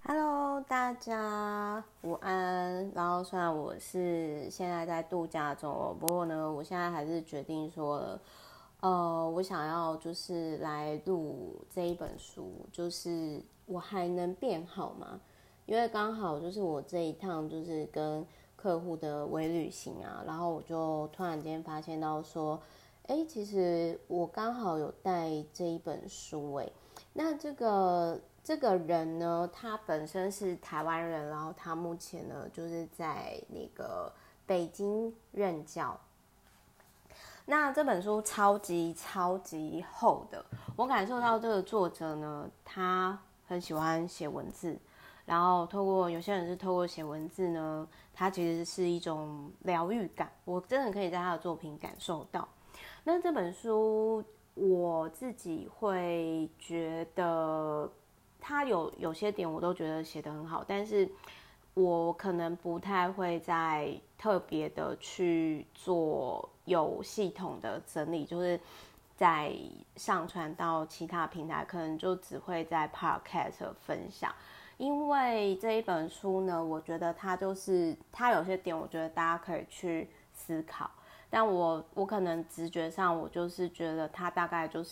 Hello，大家午安。然后虽然我是现在在度假中，不过呢，我现在还是决定说，我想要就是来录这一本书，就是我还能变好吗？因为刚好就是我这一趟就是跟客户的微旅行啊，然后我就突然间发现到说，其实我刚好有带这一本书，那这个人呢，他本身是台湾人，然后他目前呢就是在那个北京任教。那这本书超级超级厚的，我感受到这个作者呢，他很喜欢写文字，然后有些人是透过写文字呢，他其实是一种疗愈感，我真的可以在他的作品感受到。那这本书我自己会觉得他有些点我都觉得写得很好，但是我可能不太会再特别的去做有系统的整理，就是在上传到其他平台，可能就只会在 podcast 分享。因为这一本书呢，我觉得它有些点，我觉得大家可以去思考。但我可能直觉上，我就是觉得它大概就是，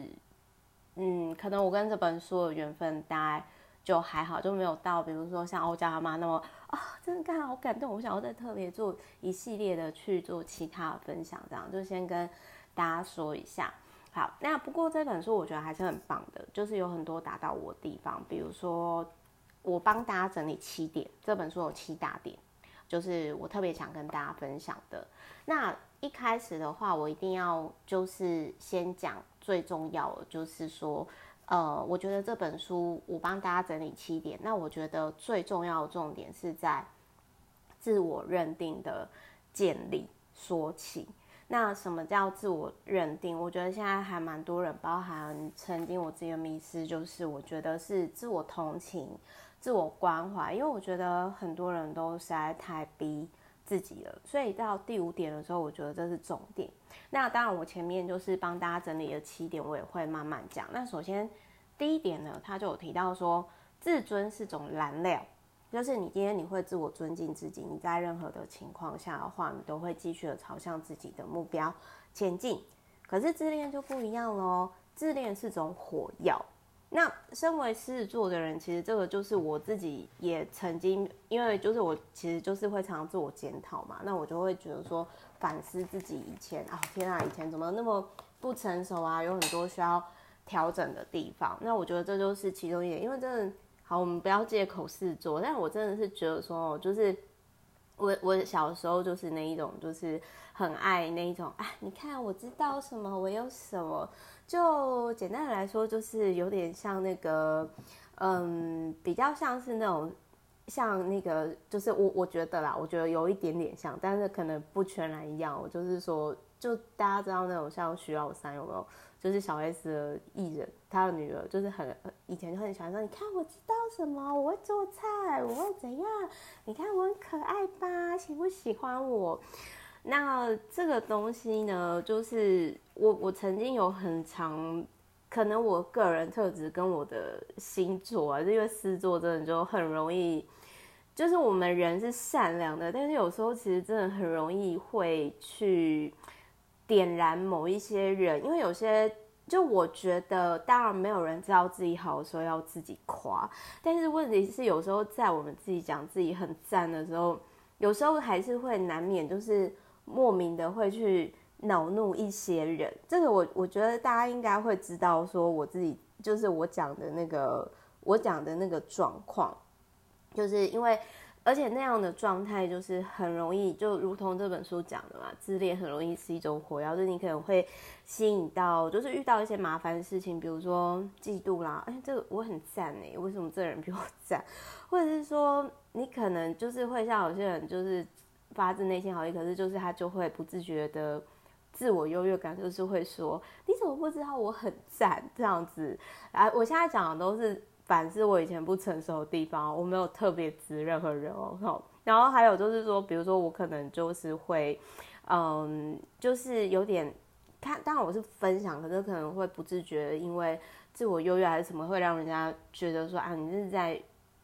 可能我跟这本书的缘分大概就还好，就没有到比如说像欧家阿妈那么真的看好感动，我想要再特别做一系列的去做其他的分享，这样就先跟大家说一下。好，那不过这本书我觉得还是很棒的，就是有很多打到我的地方，比如说我帮大家整理7点，这本书有7大点，就是我特别想跟大家分享的。那一开始的话，我一定要就是先讲最重要的，就是说，我觉得这本书我帮大家整理7点，那我觉得最重要的重点是在自我认定的建立说起。那什么叫自我认定？我觉得现在还蛮多人，包含曾经我自己的迷思，就是我觉得是自我同情、自我关怀，因为我觉得很多人都实在太逼自己了，所以到第5点的时候，我觉得这是重点。那当然，我前面就是帮大家整理了7点，我也会慢慢讲。那首先第1点呢，他就有提到说，自尊是种燃料。就是你今天你会自我尊敬自己，你在任何的情况下的话，你都会继续的朝向自己的目标前进。可是自恋就不一样咯，自恋是种火药。那身为狮子座的人，其实这个就是我自己也曾经，因为就是我其实就是会常常自我检讨嘛，那我就会觉得说反思自己以前天啊，以前怎么那么不成熟啊，有很多需要调整的地方。那我觉得这就是其中一点，因为真的。好，我们不要借口示做，但我真的是觉得说，就是我小时候就是那一种，就是很爱那一种，你看我知道什么，我有什么，就简单的来说，就是有点像那个，比较像是那种，像那个，就是我觉得啦，我觉得有一点点像，但是可能不全然一样。我就是说，就大家知道那种像徐老三有没有？就是小 S 的艺人，他的女儿就是以前就很喜欢说，你看我知道什么，我会做菜，我会怎样，你看我很可爱吧，喜不喜欢我？那这个东西呢，就是我曾经有很长，可能我个人特质跟我的星座因为狮子座真的就很容易，就是我们人是善良的，但是有时候其实真的很容易会去点燃某一些人，因为有些就我觉得，当然没有人知道自己好的时候要自己夸，但是问题是有时候在我们自己讲自己很赞的时候，有时候还是会难免就是莫名的会去恼怒一些人。这个我觉得大家应该会知道，说我自己就是我讲的那个状况，就是因为。而且那样的状态就是很容易，就如同这本书讲的嘛，自恋很容易是一种火药，就是你可能会吸引到，就是遇到一些麻烦的事情，比如说嫉妒啦，这个我很赞为什么这个人比我赞？或者是说你可能就是会像有些人就是发自内心好意，可是就是他就会不自觉的自我优越感，就是会说你怎么不知道我很赞这样子。我现在讲的都是。反是我以前不成熟的地方，我没有特别指任何人然后还有就是说，比如说我可能就是会，就是有点当然我是分享，可是可能会不自觉的，因为自我优越还是什么，会让人家觉得说你是在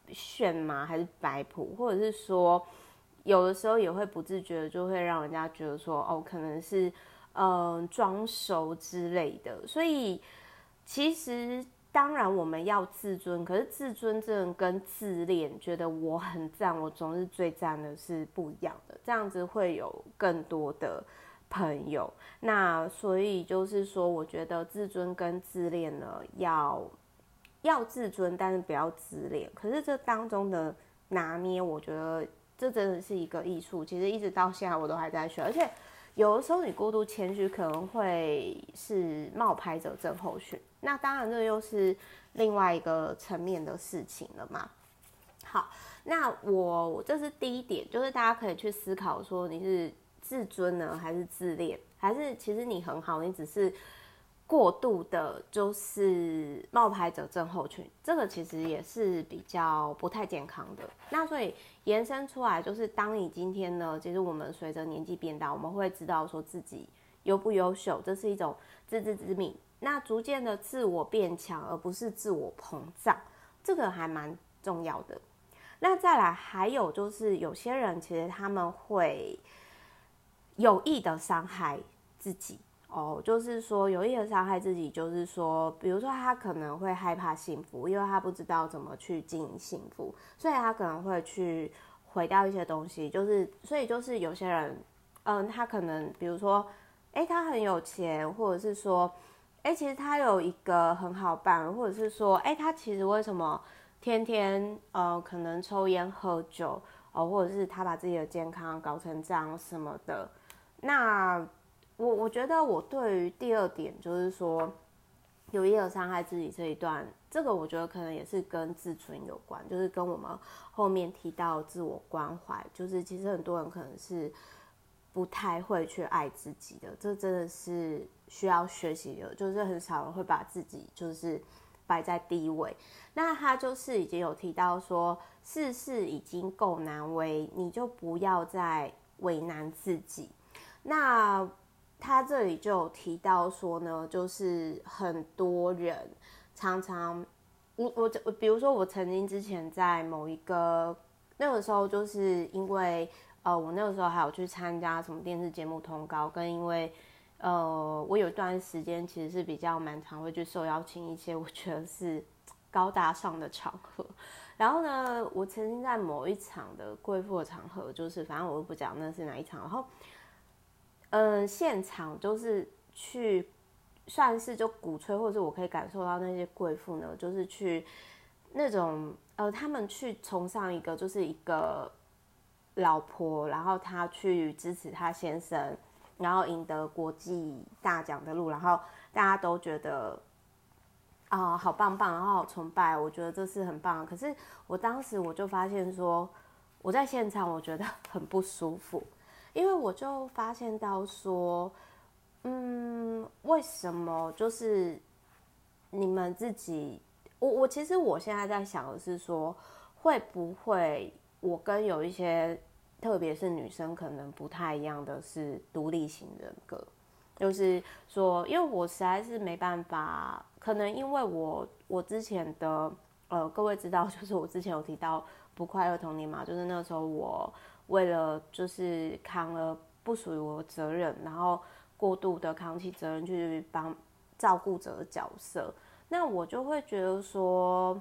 炫吗？还是摆谱？或者是说，有的时候也会不自觉的就会让人家觉得说，哦，可能是装熟之类的。所以其实当然我们要自尊，可是自尊真的跟自恋，觉得我很赞，我总是最赞的是不一样的。这样子会有更多的朋友。那所以就是说，我觉得自尊跟自恋呢，要自尊，但是不要自恋。可是这当中的拿捏，我觉得这真的是一个艺术。其实一直到现在我都还在学，而且有的时候你过度谦虚，可能会是冒牌者症候群。那当然，这又是另外一个层面的事情了嘛。好，那我这是第一点，就是大家可以去思考说，你是自尊呢，还是自恋，还是其实你很好，你只是过度的，就是冒牌者症候群，这个其实也是比较不太健康的。那所以延伸出来，就是当你今天呢，其实我们随着年纪变大，我们会知道说自己优不优秀，这是一种自知之明。那逐渐的自我变强，而不是自我膨胀，这个还蛮重要的。那再来还有就是有些人其实他们会有意的伤害自己哦，就是说有意的伤害自己，就是说，比如说他可能会害怕幸福，因为他不知道怎么去经营幸福，所以他可能会去毁掉一些东西，就是所以就是有些人，他可能比如说，他很有钱，或者是说，其实他有一个很好伴，或者是说，他其实为什么天天可能抽烟喝酒或者是他把自己的健康搞成这样什么的。那我觉得我对于第二点就是说有意的伤害自己这一段，这个我觉得可能也是跟自尊有关，就是跟我们后面提到自我关怀，就是其实很多人可能是不太会去爱自己的，这真的是需要学习的，就是很少人会把自己就是摆在第一位。那他就是已经有提到说，世事已经够难为，你就不要再为难自己。那他这里就有提到说呢，就是很多人常常，我比如说我曾经之前在某一个那个时候，就是因为我那个时候还有去参加什么电视节目通告，跟因为我有一段时间其实是比较蛮常会去受邀请一些我觉得是高大上的场合。然后呢，我曾经在某一场的贵妇的场合，就是反正我都不讲那是哪一场，然后现场就是去算是就鼓吹，或者我可以感受到那些贵妇呢，就是去那种他们去崇尚一个就是一个老婆，然后她去支持她先生，然后赢得国际大奖的路，然后大家都觉得好棒棒，然后好崇拜，我觉得这是很棒的。可是我当时我就发现说，我在现场我觉得很不舒服，因为我就发现到说，为什么就是你们自己，我其实我现在在想的是说，会不会我跟有一些特别是女生可能不太一样的是独立型人格，就是说，因为我实在是没办法，可能因为我之前的各位知道，就是我之前有提到不快乐童年嘛，就是那个时候我为了就是扛了不属于我的责任，然后过度的扛起责任去帮照顾者的角色，那我就会觉得说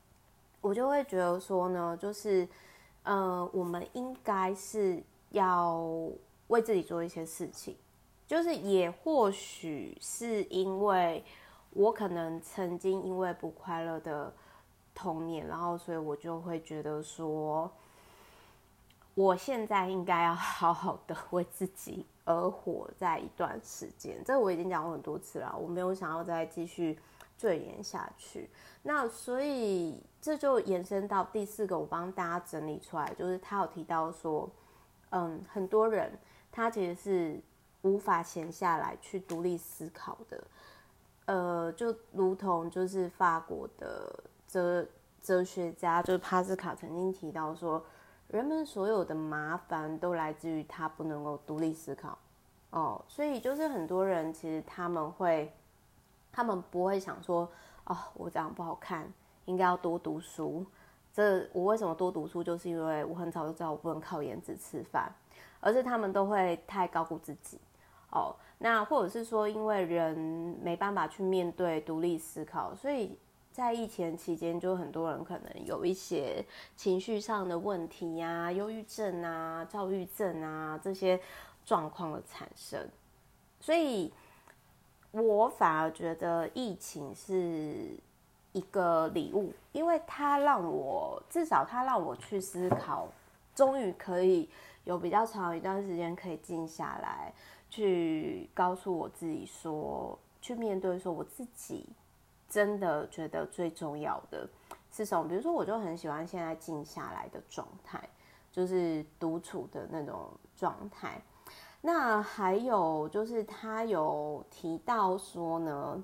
呢，就是我们应该是要为自己做一些事情。就是也或许是因为我可能曾经因为不快乐的童年，然后所以我就会觉得说，我现在应该要好好的为自己而活在一段时间。这我已经讲过很多次了，我没有想要再继续赘言下去。那所以这就延伸到第四个，我帮大家整理出来，就是他有提到说，很多人他其实是无法闲下来去独立思考的，就如同就是法国的哲学家就是帕斯卡曾经提到说，人们所有的麻烦都来自于他不能够独立思考所以就是很多人其实他们不会想说，我这样不好看，应该要多读书， 我为什么多读书，就是因为我很早就知道我不能靠颜值吃饭，而是他们都会太高估自己哦。那或者是说，因为人没办法去面对独立思考，所以在疫情期间，就很多人可能有一些情绪上的问题啊，忧郁症啊、躁郁症啊这些状况的产生。所以我反而觉得疫情是一个礼物，因为至少它让我去思考，终于可以有比较长一段时间可以静下来，去告诉我自己说，去面对说我自己真的觉得最重要的是什么。比如说，我就很喜欢现在静下来的状态，就是独处的那种状态。那还有就是他有提到说呢，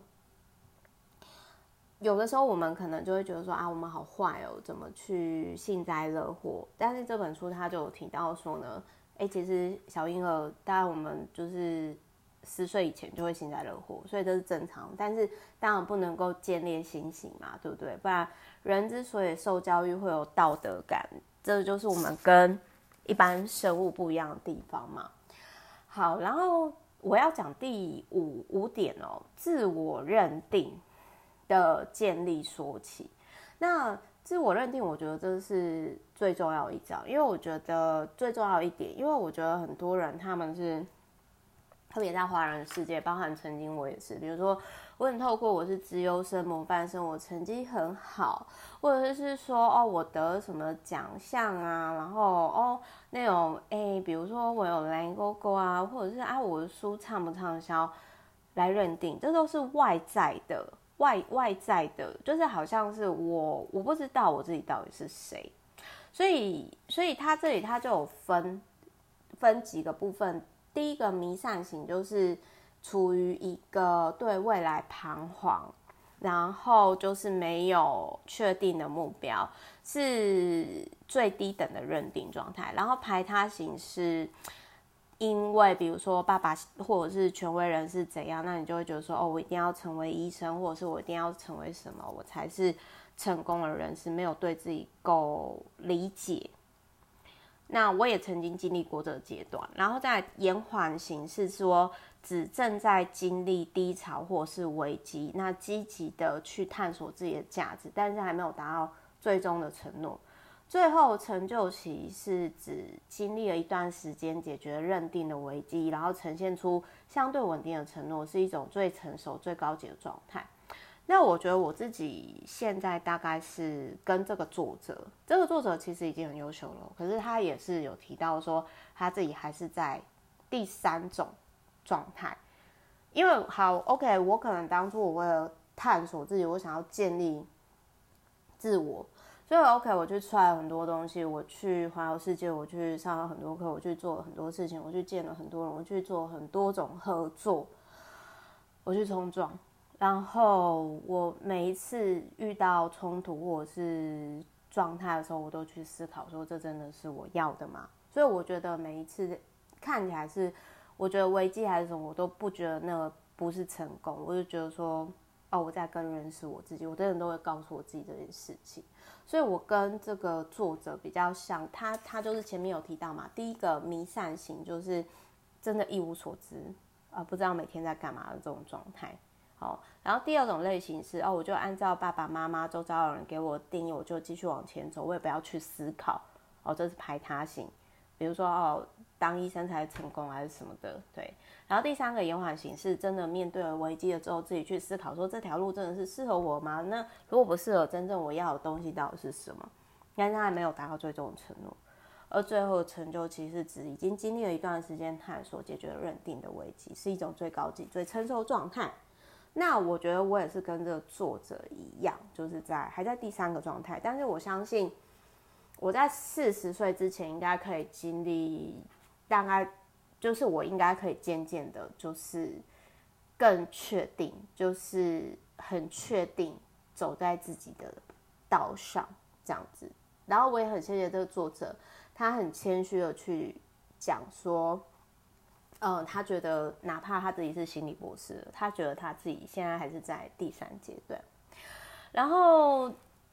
有的时候我们可能就会觉得说啊，我们好坏哦，怎么去幸灾乐祸？但是这本书他就有提到说呢，其实小婴儿大概我们就是10岁以前就会幸灾乐祸，所以这是正常。但是当然不能够见猎心喜嘛，对不对？不然人之所以受教育会有道德感，这就是我们跟一般生物不一样的地方嘛。好，然后我要讲第五点哦，自我认定的建立说起。那自我认定，我觉得这是最重要的一章，因为我觉得最重要的一点，因为我觉得很多人他们是特别在华人世界，包含曾经我也是，比如说我很透过我是资优生、模范生，我成绩很好，或者是说我得什么奖项啊，然后那种比如说我有蓝勾勾啊，或者是我的书畅不畅销来认定，这都是外在的，外在的，就是好像是我不知道我自己到底是谁，所以他这里他就有分几个部分。第一个弥散型就是处于一个对未来彷徨，然后就是没有确定的目标，是最低等的认定状态。然后排他型是因为比如说爸爸或者是权威人士怎样，那你就会觉得说我一定要成为医生，或者是我一定要成为什么我才是成功的人士，没有对自己够理解。那我也曾经经历过这个阶段，然后再延缓型是说只正在经历低潮或是危机，那积极的去探索自己的价值，但是还没有达到最终的承诺。最后成就期是指经历了一段时间解决认定的危机，然后呈现出相对稳定的承诺，是一种最成熟最高级的状态。那我觉得我自己现在大概是跟这个作者其实已经很优秀了，可是他也是有提到说他自己还是在第3种状态。因为好 OK， 我可能当初我为了探索自己，我想要建立自我，所以 OK， 我去 try 很多东西，我去环游世界，我去上了很多课，我去做了很多事情，我去见了很多人，我去做很多种合作，我去冲撞。然后我每一次遇到冲突或者是状态的时候，我都去思考说，这真的是我要的吗？所以我觉得每一次看起来是，我觉得危机还是什么，我都不觉得那个不是成功，我就觉得说，我在更认识我自己，我真的都会告诉我自己这件事情。所以我跟这个作者比较像，他就是前面有提到嘛，第一个弥散型就是真的一无所知，不知道每天在干嘛的这种状态。然后第二种类型是我就按照爸爸妈妈周遭的人给我的定义，我就继续往前走，我也不要去思考这是排他型，比如说当医生才成功还是什么的，对。然后第3个延缓型是真的面对了危机了之后，自己去思考说这条路真的是适合我吗？那如果不适合，真正我要的东西到底是什么？但是他还没有达到最终的承诺。而最后的成就其实是指已经经历了一段时间探索解决了认定的危机，是一种最高级最成熟状态。那我觉得我也是跟这个作者一样，就是还在第3个状态，但是我相信我在40岁之前应该可以经历，大概就是我应该可以渐渐的，就是更确定，就是很确定走在自己的道上这样子。然后我也很谢谢这个作者，他很谦虚的去讲说，他觉得哪怕他自己是心理博士，他觉得他自己现在还是在第3阶段。然后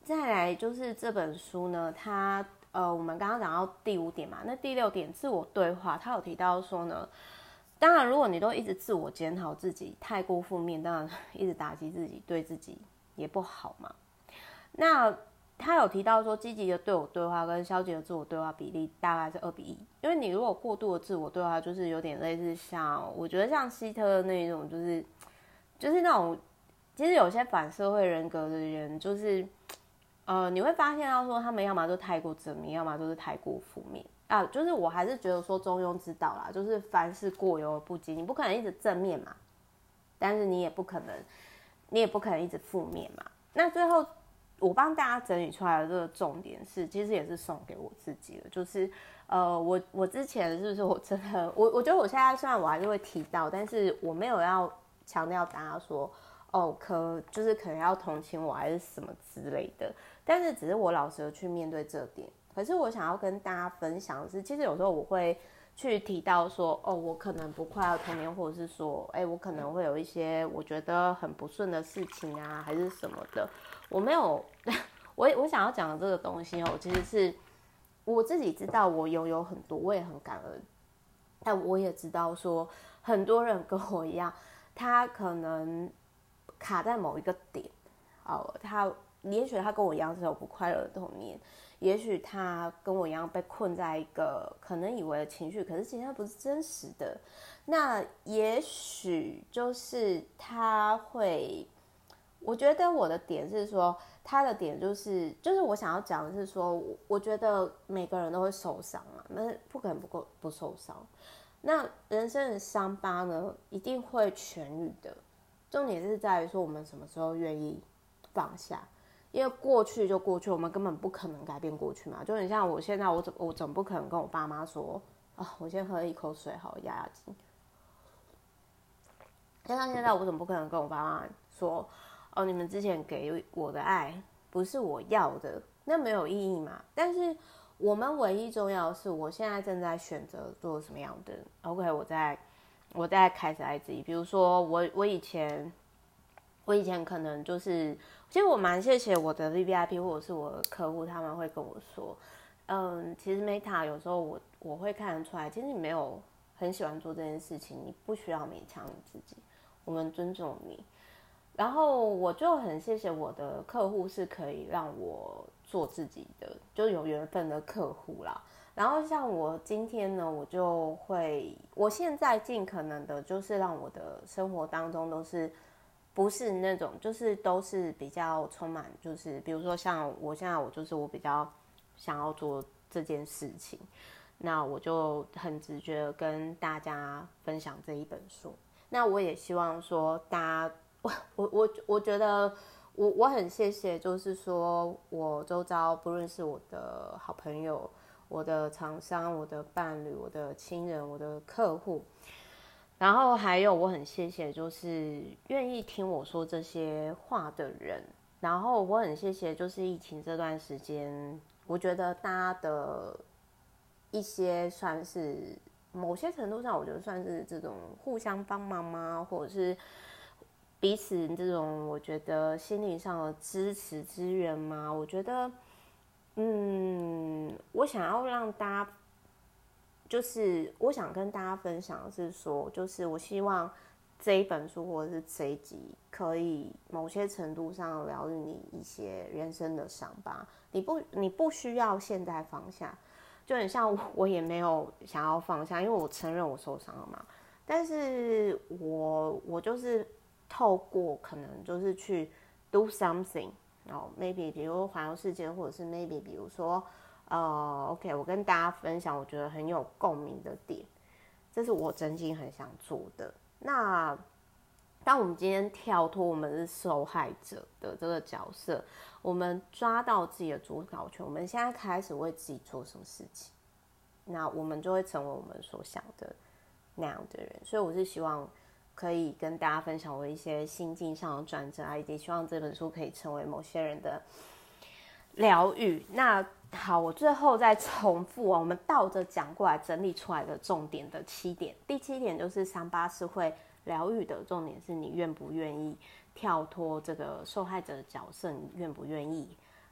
再来就是这本书呢，它我们刚刚讲到第5点嘛，那第6点自我对话，它有提到说呢，当然如果你都一直自我检讨自己，太过负面，当然一直打击自己，对自己也不好嘛。那他有提到说，积极的对我对话跟消极的自我对话比例大概是2:1，因为你如果过度的自我对话，就是有点类似像，我觉得像希特勒那一种，就是那种，其实有些反社会人格的人，就是你会发现到说，他们要么就太过正面，要么就是太过负面啊。就是我还是觉得说中庸之道啦，就是凡事过犹而不及，你不可能一直正面嘛，但是你也不可能一直负面嘛。那最后我帮大家整理出来的这个重点是，其实也是送给我自己的，就是我之前是不是我真的我觉得我现在虽然我还是会提到，但是我没有要强调大家说就是可能要同情我还是什么之类的，但是只是我老实的去面对这点。可是我想要跟大家分享的是，其实有时候我会去提到说，我可能不快乐童年，或者是说，我可能会有一些我觉得很不顺的事情啊，还是什么的。我没有，我想要讲的这个东西其实是我自己知道，我有很多，我也很感恩，但我也知道说，很多人跟我一样，他可能卡在某一个点，也许他跟我一样是有不快乐的童年，也许他跟我一样被困在一个可能以为的情绪，可是其实它不是真实的。那也许就是他会，我觉得我的点是说，他的点就是我想要讲的是说，我觉得每个人都会受伤啊，那不可能不受伤。那人生的伤疤呢，一定会痊愈的。重点是在于说，我们什么时候愿意放下。因为过去就过去，我们根本不可能改变过去嘛。就很像我现在，我总不可能跟我爸妈说我先喝一口水好压压惊。像现在，我总不可能跟我爸妈说你们之前给我的爱不是我要的，那没有意义嘛。但是我们唯一重要的是，我现在正在选择做什么样的人。OK，我在开始爱自己。比如说我以前可能就是，其实我蛮谢谢我的 VVIP 或者是我的客户，他们会跟我说，其实 Meta 有时候我会看得出来，其实你没有很喜欢做这件事情，你不需要勉强你自己，我们尊重你。然后我就很谢谢我的客户是可以让我做自己的，就有缘分的客户啦。然后像我今天呢，我现在尽可能的就是让我的生活当中都是不是那种，就是都是比较充满，就是比如说像我现在我比较想要做这件事情，那我就很直觉的跟大家分享这一本书。那我也希望说大家，我觉得我很谢谢，就是说我周遭不论是我的好朋友、我的厂商、我的伴侣、我的亲人、我的客户，然后还有我很谢谢就是愿意听我说这些话的人，然后我很谢谢就是疫情这段时间，我觉得大家的一些算是某些程度上，我觉得算是这种互相帮忙吗，或者是彼此这种我觉得心理上的支持支援吗？我觉得我想要让大家，就是我想跟大家分享的是说，就是我希望这一本书或者是这一集可以某些程度上疗愈你一些人生的伤疤。你不需要现在放下，就很像我也没有想要放下，因为我承认我受伤了嘛。但是我就是透过可能就是去 do something， 然后 maybe 比如环游世界，或者是 maybe 比如说OK， 我跟大家分享我觉得很有共鸣的点，这是我真心很想做的。那当我们今天跳脱我们是受害者的这个角色，我们抓到自己的主导权，我们现在开始为自己做什么事情，那我们就会成为我们所想的那样的人。所以我是希望可以跟大家分享我一些心境上的转折，以及希望这本书可以成为某些人的疗愈。那好，我最后再重复我们倒着讲过来整理出来的重点的7点。第7点就是伤疤是会疗愈的，重点是你愿不愿意跳脱这个受害者的角色，你愿不愿意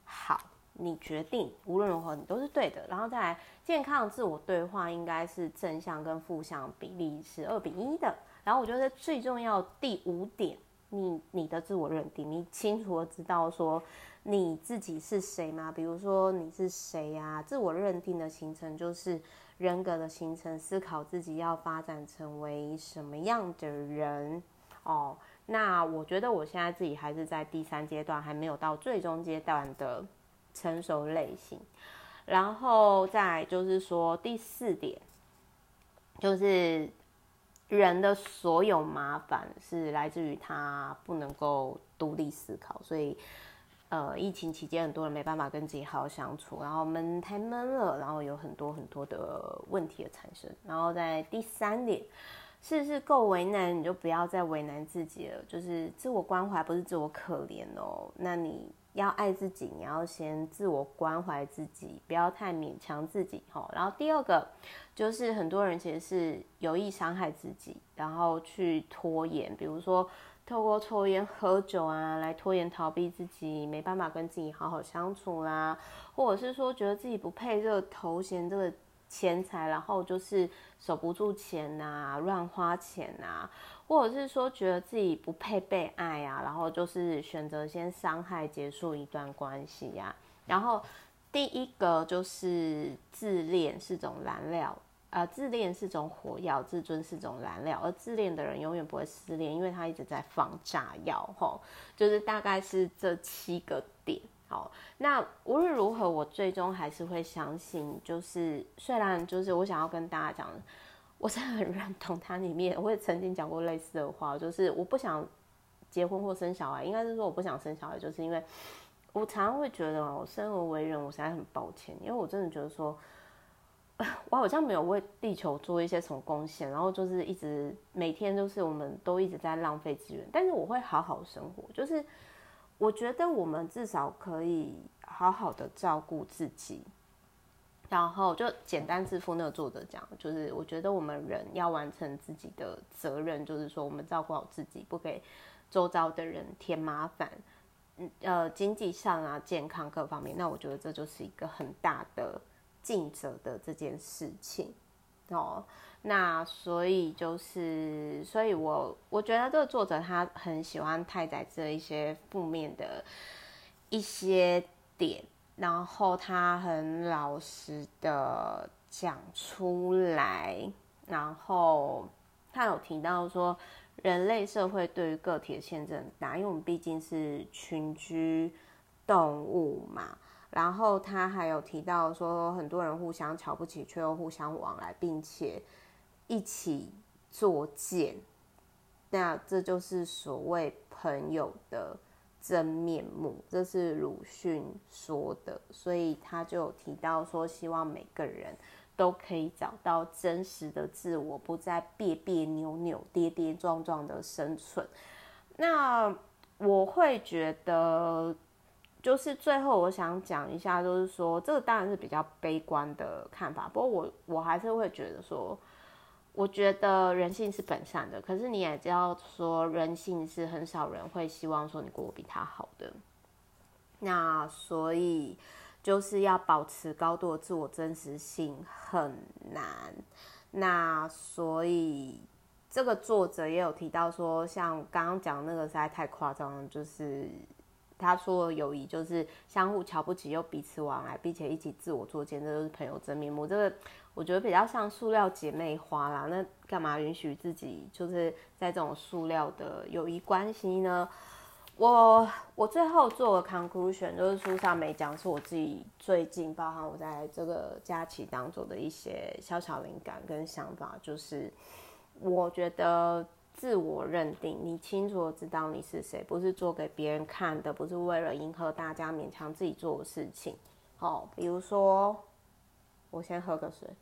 好，你决定，无论如何你都是对的。然后再来，健康的自我对话应该是正向跟负向比例是2:1的。然后我觉得最重要的第5点，你的自我认定，你清楚的知道说你自己是谁吗？比如说你是谁啊？自我认定的形成就是人格的形成，思考自己要发展成为什么样的人哦。那我觉得我现在自己还是在第3阶段，还没有到最终阶段的成熟类型。然后再来就是说第4点，就是人的所有麻烦是来自于他不能够独立思考，所以疫情期间很多人没办法跟自己好好相处，然后太闷了，然后有很多很多的问题的产生。然后在第3点，事够为难，你就不要再为难自己了，就是自我关怀不是自我可怜哦，那你要爱自己，你要先自我关怀自己，不要太勉强自己。然后第2个就是很多人其实是有意伤害自己，然后去拖延，比如说透过抽烟喝酒啊来拖延逃避自己没办法跟自己好好相处啦，或者是说觉得自己不配这个头衔这个钱财，然后就是守不住钱啊，乱花钱啊，或者是说觉得自己不配被爱啊，然后就是选择先伤害结束一段关系啊。然后第1个就是自恋是种燃料，自恋是种火药，自尊是种燃料，而自恋的人永远不会失恋，因为他一直在放炸药，就是大概是这7个点。好，那无论如何，我最终还是会相信，就是虽然就是我想要跟大家讲，我是很认同它里面，我也曾经讲过类似的话，就是我不想结婚或生小孩，应该是说我不想生小孩，就是因为我常常会觉得我生而为人，我实在很抱歉，因为我真的觉得说，我好像没有为地球做一些什么贡献，然后就是一直每天就是我们都一直在浪费资源，但是我会好好生活，就是我觉得我们至少可以好好的照顾自己，然后就简单致富那个作者讲，就是我觉得我们人要完成自己的责任，就是说我们照顾好自己，不给周遭的人添麻烦，经济上啊、健康各方面，那我觉得这就是一个很大的尽责的这件事情哦。那所以我觉得这个作者他很喜欢太宰治一些负面的一些点，然后他很老实的讲出来，然后他有提到说人类社会对于个体的限制很大，因为我们毕竟是群居动物嘛。然后他还有提到说很多人互相瞧不起却又互相往来，并且一起作践，那这就是所谓朋友的真面目，这是鲁迅说的，所以他就有提到说希望每个人都可以找到真实的自我，不再别别扭扭跌跌撞撞的生存。那我会觉得就是最后我想讲一下，就是说这个当然是比较悲观的看法，不过我还是会觉得说，我觉得人性是本善的，可是你也知道说人性是很少人会希望说你过得比他好的，那所以就是要保持高度的自我真实性很难。那所以这个作者也有提到说，像刚刚讲那个实在太夸张了，就是他说的友谊就是相互瞧不起又彼此往来，并且一起自我作践，这就是朋友真面目。这个我觉得比较像塑料姐妹花啦，那干嘛允许自己就是在这种塑料的友谊关系呢？我最后做个 conclusion， 就是书上没讲，是我自己最近包含我在这个假期当中的一些小小灵感跟想法，就是我觉得自我认定，你清楚的知道你是谁，不是做给别人看的，不是为了迎合大家勉强自己做的事情。比如说，我先喝个水。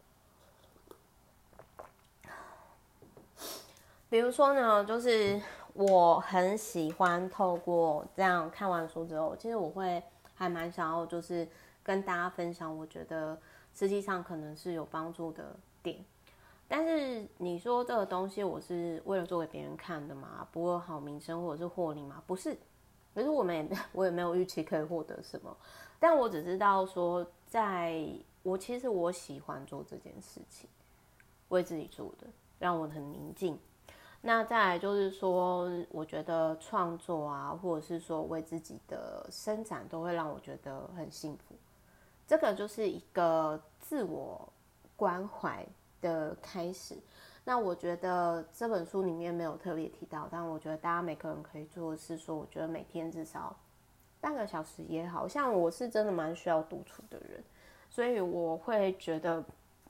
比如说呢，就是我很喜欢透过这样看完书之后，其实我会还蛮想要就是跟大家分享，我觉得实际上可能是有帮助的点。但是你说这个东西我是为了做给别人看的嘛，不过好名声或者是获利嘛，不是。可是我也没有预期可以获得什么。 但我只知道说，其实我喜欢做这件事情，为自己做的，让我很宁静。那再来就是说，我觉得创作啊，或者是说为自己的伸展，都会让我觉得很幸福。这个就是一个自我关怀的开始。那我觉得这本书里面没有特别提到，但我觉得大家每个人可以做的是说，我觉得每天至少半个小时也好，像我是真的蛮需要独处的人，所以我会觉得，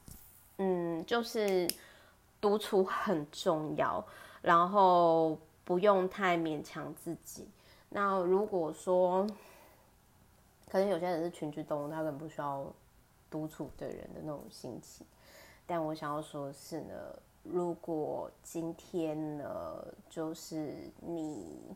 就是独处很重要，然后不用太勉强自己。那如果说，可能有些人是群居动物，他根本不需要独处的人的那种心情。但我想要说的是呢，如果今天呢，就是你，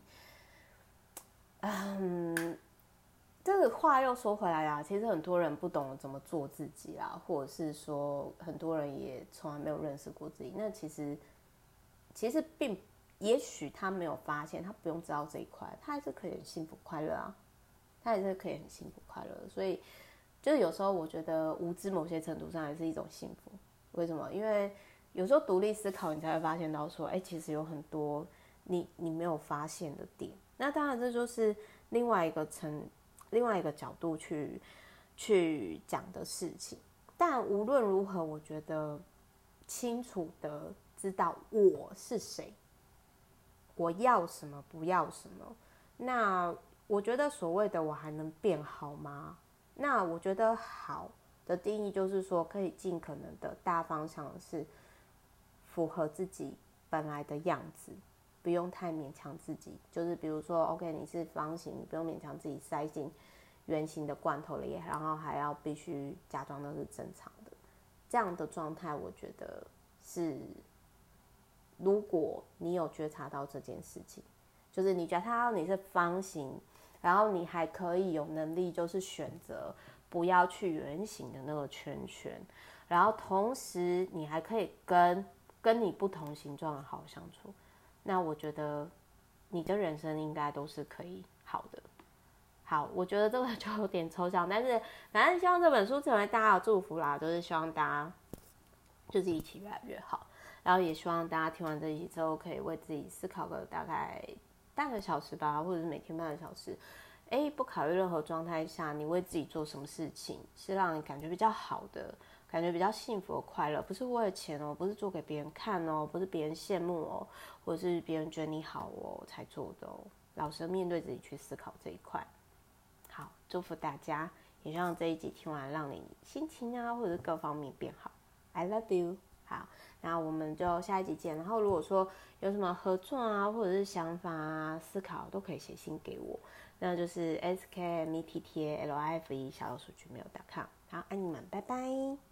这个话又说回来啦，其实很多人不懂得怎么做自己啦，或者是说很多人也从来没有认识过自己。那其实也许他没有发现，他不用知道这一块，他还是可以很幸福快乐啊，他还是可以很幸福快乐。所以就是有时候我觉得无知某些程度上也是一种幸福。为什么？因为有时候独立思考，你才会发现到说，其实有很多你没有发现的点。那当然这就是另外一个角度去讲的事情。但无论如何，我觉得清楚的知道我是谁，我要什么，不要什么。那我觉得所谓的我还能变好吗？那我觉得好的定义就是说，可以尽可能的大方向是符合自己本来的样子，不用太勉强自己。就是比如说 ，OK， 你是方形，你不用勉强自己塞进圆形的罐头里，然后还要必须假装那是正常的。这样的状态，我觉得是，如果你有觉察到这件事情，就是你觉察到你是方形，然后你还可以有能力，就是选择不要去圆形的那个圈圈，然后同时你还可以跟你不同形状的好相处，那我觉得你的人生应该都是可以好的。好，我觉得这个就有点抽象，但是反正希望这本书成为大家的祝福啦，就是希望大家就是一起越来越好，然后也希望大家听完这一集之后，可以为自己思考个大概半个小时吧，或者是每天半个小时。不考虑任何状态下，你为自己做什么事情是让你感觉比较好的，感觉比较幸福和快乐，不是为了钱哦，不是做给别人看哦，不是别人羡慕哦，或者是别人觉得你好哦才做的哦。老实面对自己去思考这一块。好，祝福大家，也希望这一集听完让你心情啊，或者是各方面变好。I love you。好，那我们就下一集见。然后如果说有什么合作啊，或者是想法啊、思考，都可以写信给我。那就是 skmettlife@gmail.com。好，爱你们，拜拜。